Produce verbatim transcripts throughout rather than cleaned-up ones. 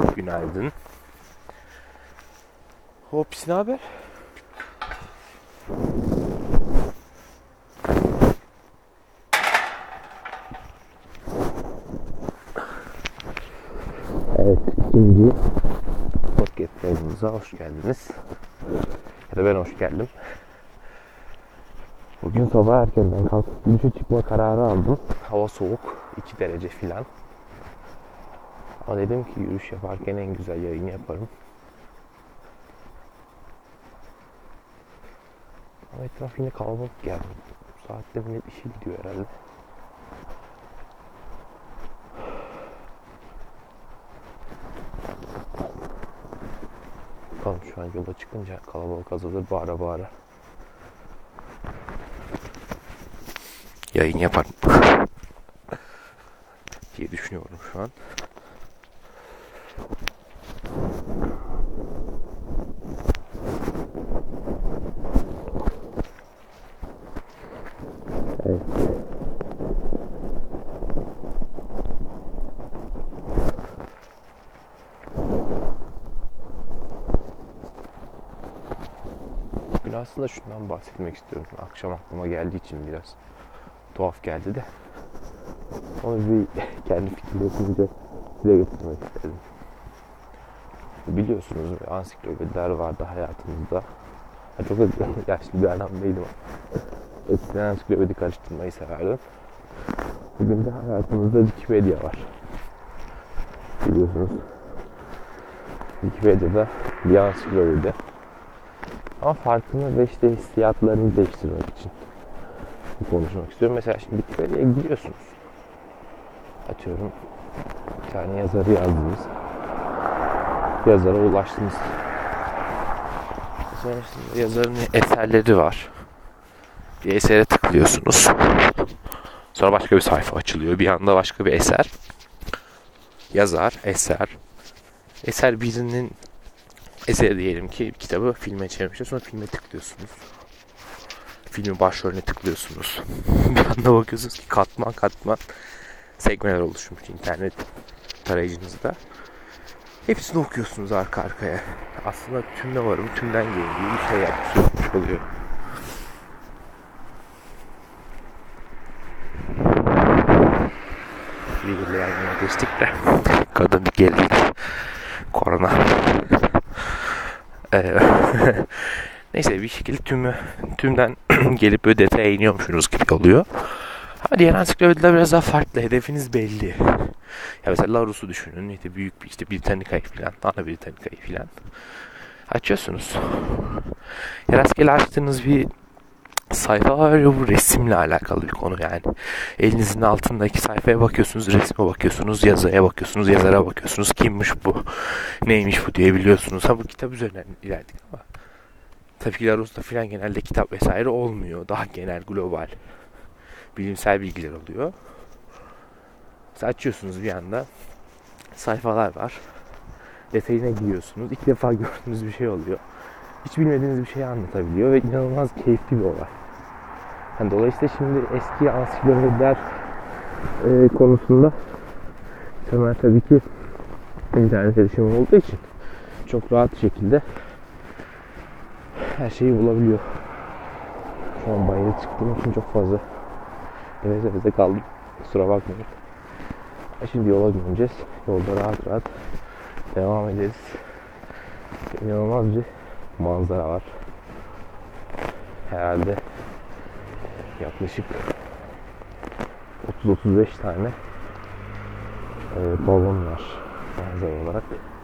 Günaydın. Hopsi, ne haber? Evet, ikinci podcast yayınımıza hoş geldiniz. Ya da ben hoş geldim. Bugün sabah erkenden kalkıp yürüyüşe çıkma kararı aldım. Hava soğuk, iki derece filan. Ama dedim ki yürüyüş yaparken en güzel yayını yaparım. Ama etraf yine kalabalık yani. Bu saatte millet işe gidiyor herhalde. Bakalım, şu an yola çıkınca kalabalık azalır, bağıra bağıra yayın yaparım diye düşünüyorum şu an. Evet. Bugün aslında şundan bahsetmek istiyorum. Akşam aklıma geldiği için biraz tuhaf geldi de. Onu bir kendi fikirlerimce dile getirmek istedim. Biliyorsunuz ansiklopediler vardı hayatımızda. Yani çok yaşlı bir adam değilim ama eskiden ansiklopedi karıştırmayı severdim. Bugün de hayatımızda Wikipedia var. Biliyorsunuz. Wikipedia'da bir ansiklopedi. Ama farkını ve işte hissiyatlarını değiştirmek için konuşmak istiyorum. Mesela şimdi Wikipedia'ya gidiyorsunuz. Atıyorum bir tane yazarı yazdınız. Yazara ulaştınız. Sonra işte yazarın eserleri var. Bir esere tıklıyorsunuz. Sonra başka bir sayfa açılıyor. Bir anda başka bir eser. Yazar, eser. Eser birinin eseri diyelim ki bir kitabı filme çevirmişler. Sonra filme tıklıyorsunuz. Filmin başrolüne tıklıyorsunuz. Bir anda bakıyorsunuz ki katman katman sekmeler oluşmuş internet tarayıcınızda. Hepsini okuyorsunuz arka arkaya. Aslında tümden varım, tümden geliyor bir şey yapmış oluyor. Bir yayınına geçtik de kadın gerildi. Korona. Ee, Neyse bir şekilde tümü, tümden gelip böyle detaya iniyormuşsunuz gibi oluyor. Ama diğer ansiklopediler biraz daha farklı. Hedefiniz belli. Ya mesela Larouse'u düşünün. İşte büyük bir işte Britannica'yı filan, Ana Britannica'yı filan açıyorsunuz. Ya rastgele açtığınız bir sayfa var ya, bu resimle alakalı bir konu yani. Elinizin altındaki sayfaya bakıyorsunuz, resme bakıyorsunuz, yazıya bakıyorsunuz, yazara bakıyorsunuz. Kimmiş bu, neymiş bu diye biliyorsunuz. Ha bu kitap üzerinden ilerledik ama tabii ki Larouse'da filan genelde kitap vesaire olmuyor. Daha genel, global, bilimsel bilgiler oluyor. Mesela açıyorsunuz bir anda sayfalar var. Detayına giriyorsunuz. İlk defa gördüğünüz bir şey oluyor. Hiç bilmediğiniz bir şeyi anlatabiliyor ve inanılmaz keyifli bir olay. Yani dolayısıyla şimdi eski ansiklopediler e, konusunda temel tabii ki internet erişimi olduğu için çok rahat şekilde her şeyi bulabiliyor. Şu an bayıra çıktığım için çok fazla nefes nefese kaldım. Kusura bakmayın. E şimdi yola döneceğiz. Yolda rahat rahat devam ederiz. İnanılmaz bir manzara var. Herhalde yaklaşık otuz otuz beş tane e, balon var manzara olarak.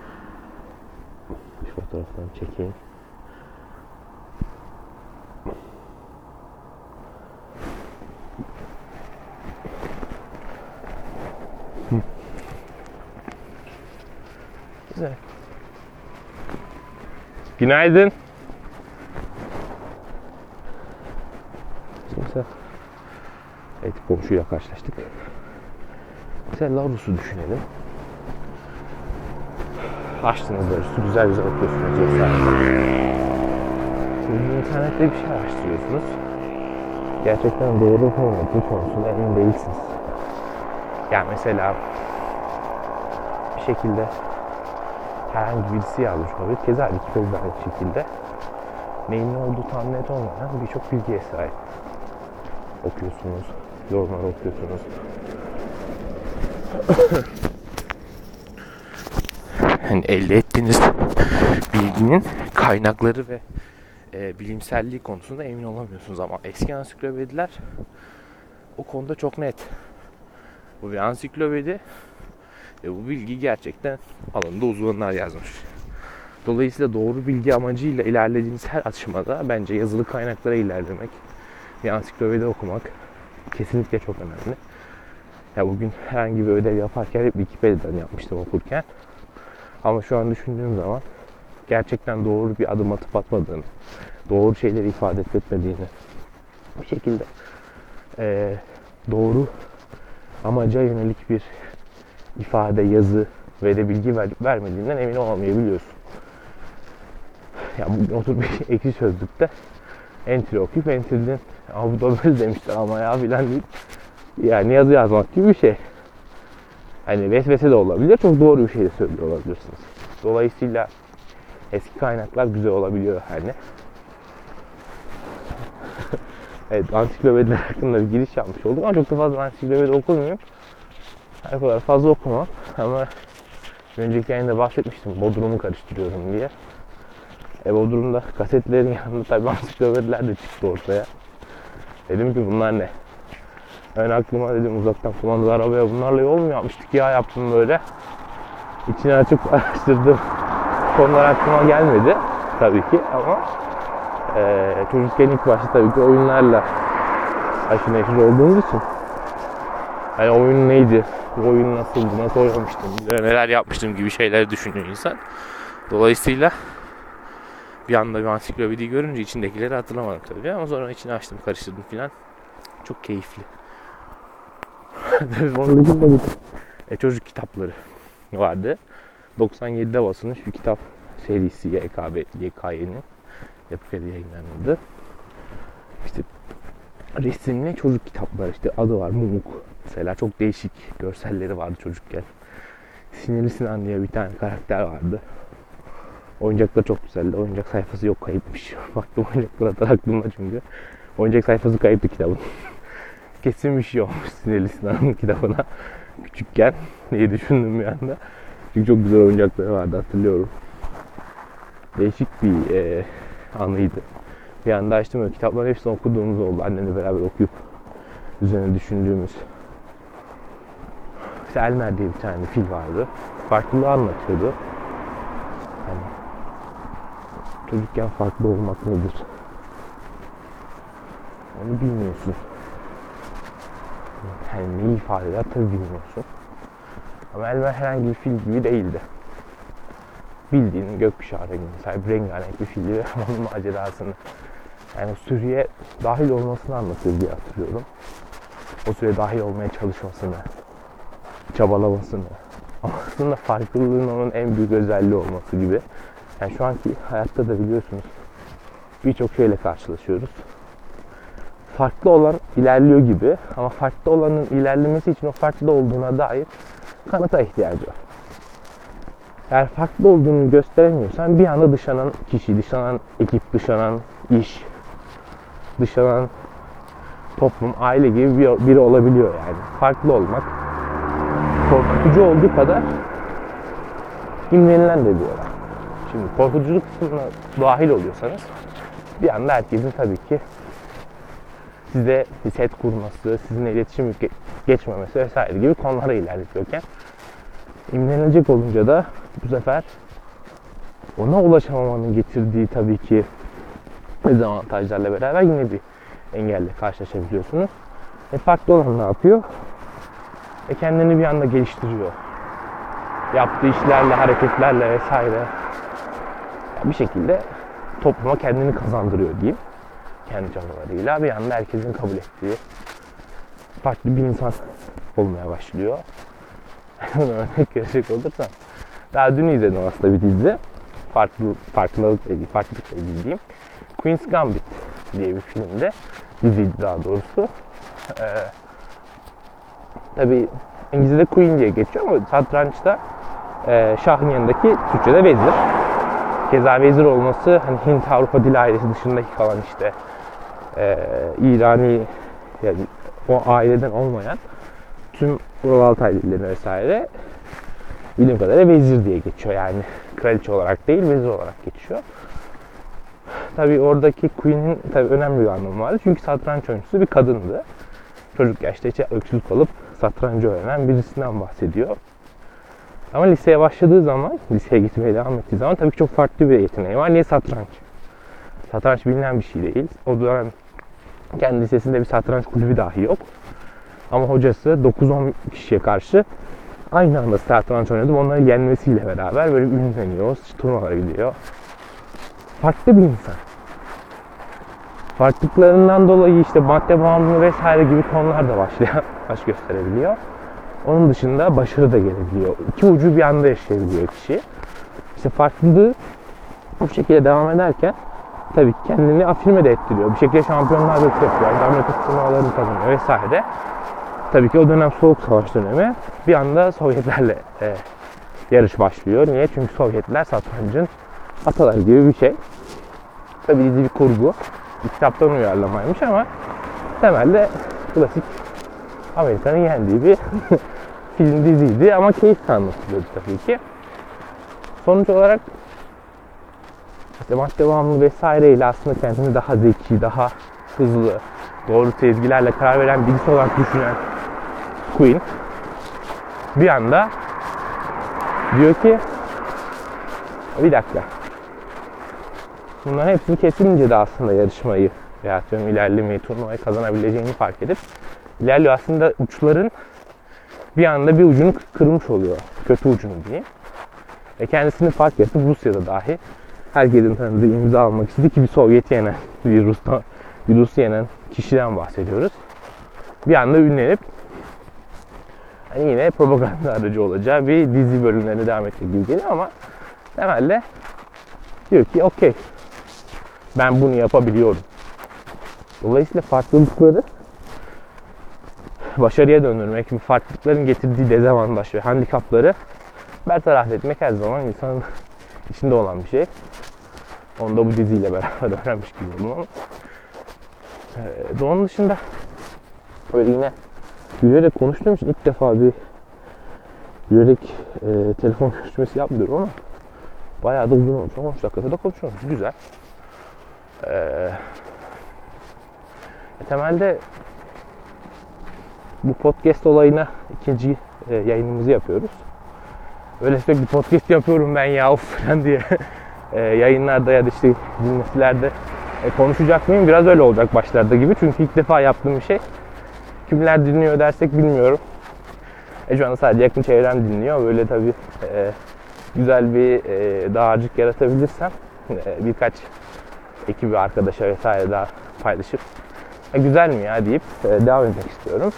Bir fotoğraflarını çekeyim. Güzel. Günaydın. Mesela evet, komşuyla karşılaştık. Mesela Larouse'u düşünelim. Açtığınızda üstü güzel güzel okuyorsunuz vesaire. Şimdi internette bir şey araştırıyorsunuz. Gerçekten doğru olmadığı konusunda emin değilsiniz. Yani mesela bir şekilde herhangi birisi yazmış olabilir. Keza Wikipedia aynı şekilde neyin ne olduğu tam net olmayan birçok bilgiye sahip. Okuyorsunuz, yorumlar okuyorsunuz. Yani elde ettiğiniz bilginin kaynakları ve e, bilimselliği konusunda emin olamıyorsunuz ama eski ansiklopediler o konuda çok net. Bu bir ansiklopedi ve bu bilgi gerçekten alanında uzmanlar yazmış. Dolayısıyla doğru bilgi amacıyla ilerlediğiniz her aşamada bence yazılı kaynaklara ilerlemek, bir ansiklopedi okumak kesinlikle çok önemli. Ya bugün herhangi bir ödev yaparken hep Wikipedia'dan yapmıştım okurken. Ama şu an düşündüğüm zaman gerçekten doğru bir adım atıp atmadığını, doğru şeyleri ifade etmediğini, bir şekilde e, doğru amaca yönelik bir ifade, yazı ve de bilgi ver, vermediğinden emin olamayabiliyorsun. Ya bugün oturup bir ekşi sözlükte entry okuyup entry'den "Aa, bu da böyle demişler ama ya" filan deyip yani yazı yazmak gibi bir şey. Hani vesvese de olabilir, çok doğru bir şey de söylüyor olabilirsiniz. Dolayısıyla eski kaynaklar güzel olabiliyor her ne. Evet, ansiklopediler hakkında bir giriş yapmış olduk ama çok da fazla ansiklopedi okumuyorum. Her kadar fazla okumam ama önceki yayında bahsetmiştim Bodrum'u karıştırıyorum diye. E Bodrum'da kasetlerin yanında tabii ansiklopediler de çıktı ortaya. Dedim ki bunlar ne? Ben aklıma dedim uzaktan kumandalı arabaya bunlarla yol mu yapmıştık ya, yaptım böyle. İçini açıp araştırdım. Konular aklıma gelmedi tabii ki ama e, çocukken ilk başta tabii ki oyunlarla aşırı neşir olduğumuz için hani oyun neydi, bu oyun nasıldı, nasıl oynamıştım, neler yapmıştım gibi şeyleri düşünüyor insan. Dolayısıyla bir anda bir ansiklopediyi görünce içindekileri hatırlamadım tabii ama sonra içini açtım, karıştırdım filan. Çok keyifli. Onun dışında bir e, çocuk kitapları vardı. doksan yedide basılmış bir kitap serisi Y K B, Y K Y'nin Yapı Kredi yayınlandı. İşte resimli çocuk kitapları, işte adı var Mumuk. Mesela çok değişik görselleri vardı çocukken. Sinirli Sinan diye bir tane karakter vardı. Oyuncaklar çok güzeldi. Oyuncak sayfası yok, kayıpmış. Baktım oyuncaklara da aklımda çünkü. Oyuncak sayfası kayıptı kitabın. Kesin bir şey olmuş Sinirli Sinan'ın kitabına küçükken diye düşündüm bir anda. Çünkü çok güzel oyuncakları vardı, hatırlıyorum. Değişik bir e, anıydı. Bir anda açtım ve kitapların hepsini okuduğumuz oldu. Annemle beraber okuyup üzerine düşündüğümüz. İşte Elmer diye bir tane fil vardı. Farklılığı anlatıyordu. Yani çocukken farklı olmak nedir? Onu bilmiyorsun. Yani neyi ifade eder tabii bilmiyorsun. Ama Elmer herhangi bir fil gibi değildi. Bildiğin gökkuşağı rengine sahip rengarenk bir fildi ve onun macerasını, yani sürüye dahil olmasını anlatır diye hatırlıyorum. O sürüye dahil olmaya çalışmasını, çabalamasını, ama aslında farklılığın onun en büyük özelliği olması gibi. Yani şu anki hayatta da biliyorsunuz birçok şeyle karşılaşıyoruz. Farklı olan ilerliyor gibi ama farklı olanın ilerlemesi için o farklı olduğuna dair kanıta ihtiyacı var. Eğer farklı olduğunu gösteremiyorsan bir anda dışlanan kişi, dışlanan ekip, dışlanan iş, dışlanan toplum, aile gibi bir, biri olabiliyor yani. Farklı olmak korkutucu olduğu kadar imrenilen de diyorlar. Şimdi korkutuculuk kısmına dahil oluyorsanız bir anda herkesin tabii ki size bir set kurması, sizinle iletişim geçmemesi vesaire gibi konulara ilerletiyorken imrenilecek olunca da bu sefer ona ulaşamamanın getirdiği tabii ki dezavantajlarla beraber yine bir engelle karşılaşabiliyorsunuz. E farklı olan ne yapıyor? E kendini bir anda geliştiriyor. Yaptığı işlerle, hareketlerle vesaire bir şekilde topluma kendini kazandırıyor diyeyim. Kendi çabalarıyla bir anda herkesin kabul ettiği farklı bir insan olmaya başlıyor. Örnek verecek olursam, daha dün izledim aslında bir dizi. Farklı, farklılıkla ilgili, farklılıkla ilgili diyeyim. Queen's Gambit diye bir filmde, diziydi daha doğrusu. Ee, tabii İngilizce'de Queen diye geçiyor ama satrançta Ee, Şah'ın yanındaki Türkçe'de vezir. Keza vezir olması hani Hint Avrupa dil ailesi dışındaki kalan işte e, İrani yani o aileden olmayan tüm Ural Altay dillerine vesaire bildiğim kadarıyla vezir diye geçiyor yani kraliçe olarak değil vezir olarak geçiyor. Tabii oradaki Queen'in tabii önemli bir anlamı vardı çünkü satranç oyuncusu bir kadındı. Çocuk yaşta hiç öksüz kalıp satrancı öğrenen birisinden bahsediyor. Ama liseye başladığı zaman, liseye gitmeye devam ettiği zaman tabii ki çok farklı bir yeteneği var. Niye satranç? Satranç bilinen bir şey değil. O dönem kendi lisesinde bir satranç kulübü dahi yok. Ama hocası dokuz on kişiye karşı aynı anda satranç oynadı. Onları yenmesiyle beraber böyle ünleniyor, turnuvalara gidiyor. Farklı bir insan. Farklılıklarından dolayı işte madde bağımlılığı vesaire gibi konular da başlıyor, baş gösterebiliyor. Onun dışında başarı da gelebiliyor. İki ucu bir anda yaşayabiliyor kişi. İşte farklılığı bu şekilde devam ederken tabii kendini afirme de ettiriyor. Bir şekilde şampiyonlar ligi yapıyor. Amerika turnuvalarını kazanıyor vesaire. Tabii ki o dönem Soğuk Savaş dönemi bir anda Sovyetlerle e, yarış başlıyor. Niye? Çünkü Sovyetler satrancın ataları gibi bir şey. Tabii dizi bir kurgu. Bir kitaptan uyarlamaymış ama temelde klasik Amerika'nın yendiği bir film diziydi ama keyifle anlatılıyordu tabii ki. Sonuç olarak işte madde bağımlılığı vesaireyle aslında kendini daha zeki, daha hızlı, doğru sezgilerle karar veren birisi olarak düşünen Queen bir anda diyor ki bir dakika bunların hepsini kesince de aslında yarışmayı veya ilerlemeyi, turnuvayı kazanabileceğini fark edip ilerliyor. Aslında uçların bir anda bir ucunu kırmış oluyor. Kötü ucunu diyeyim. Ve kendisini fark edip Rusya'da dahi herkesin tanıdığı imza almak istedi ki bir Sovyet yenen, bir Rus'tan, bir Rus yenen kişiden bahsediyoruz. Bir anda ünlenip hani yine propaganda aracı olacağı bir dizi bölümlerine devam edecek gibi geliyor ama temelde diyor ki okey ben bunu yapabiliyorum. Dolayısıyla farklılıkları başarıya döndürmek, farklılıkların getirdiği dezavantaj ve handikapları bertaraf etmek her zaman insanın içinde olan bir şey. Onu da bu diziyle beraber öğrenmiş gibi oldum ama. Ee, onun dışında böyle yine yürüyerek konuştuğum için ilk defa bir yürüyerek e, telefon görüşmesi yapmıyorum ama bayağı da uzun olmuş. on üç dakikada da konuşuyoruz. Güzel. Ee, temelde bu podcast olayına ikinci e, yayınımızı yapıyoruz. Öyle sürekli podcast yapıyorum ben ya of falan diye e, yayınlarda ya da işte dinletilerde e, konuşacak mıyım? Biraz öyle olacak başlarda gibi. Çünkü ilk defa yaptığım bir şey. Kimler dinliyor dersek bilmiyorum. E, şu anda sadece yakın çevrem dinliyor. Böyle tabii e, güzel bir e, dağarcık yaratabilirsem e, birkaç ekibi arkadaşa vesaire daha paylaşıp e, güzel mi ya deyip e, devam etmek istiyorum.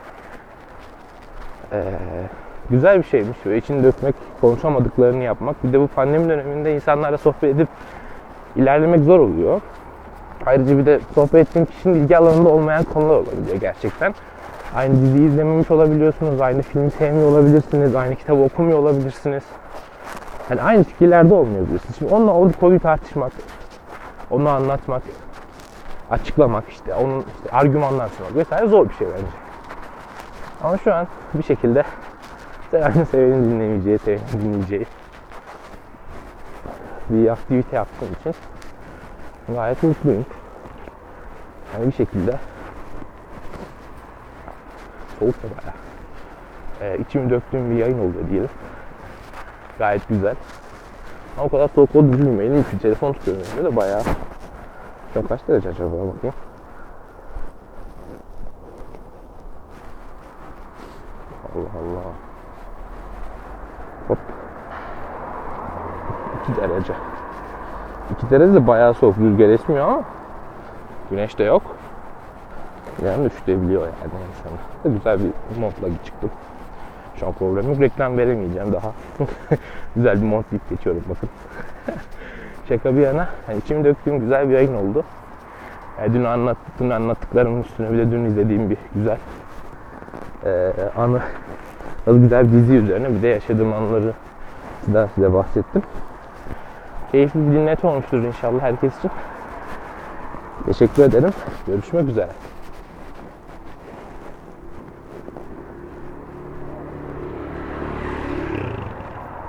E, güzel bir şeymiş. Böyle içini dökmek, konuşamadıklarını yapmak. Bir de bu pandemi döneminde insanlarla sohbet edip ilerlemek zor oluyor. Ayrıca bir de sohbet ettiğim kişinin ilgi alanında olmayan konular olabiliyor gerçekten. Aynı diziyi izlememiş olabiliyorsunuz, aynı filmi sevmiyor olabilirsiniz, aynı kitabı okumuyor olabilirsiniz. Yani aynı fikirlerde olmayabilirsiniz. Şimdi onunla o konuyu tartışmak, onu anlatmak, açıklamak işte, onun işte argümanlar sunmak vesaire zor bir şey bence. Ama şu an bir şekilde sevenin sevenin dinlemeyeceği, sevenin dinleyeceği bir aktivite yaptığım için gayet mutluyum. Yani bir şekilde soğuk da bayağı. Ee, içimi döktüğüm bir yayın oluyor diyelim. Gayet güzel. Ama o kadar soğuk olduğunu bilmeyelim. Çünkü telefon tutuyorum önümde de bayağı. Şu an kaç derece acaba bakayım. Allah Allah. Hop. iki derece. iki derece de bayağı soğuk. Rüzgar esmiyor ama güneş de yok. Yani üşütebiliyor yani insanı. Güzel bir montla çıktım. Şu an problem yok. Reklam veremeyeceğim daha. Güzel bir mont giyip geçiyorum bakın. Şaka bir yana. Yani içimi döktüğüm güzel bir yayın oldu. Yani dün, anlat, dün anlattıklarımın üstüne bir de dün izlediğim bir güzel e, anı. Güzel bir dizi üzerine bir de yaşadığım anıları ansiklopediden size bahsettim. Keyifli bir dinleti olmuştur inşallah herkes için. Teşekkür ederim. Görüşmek üzere.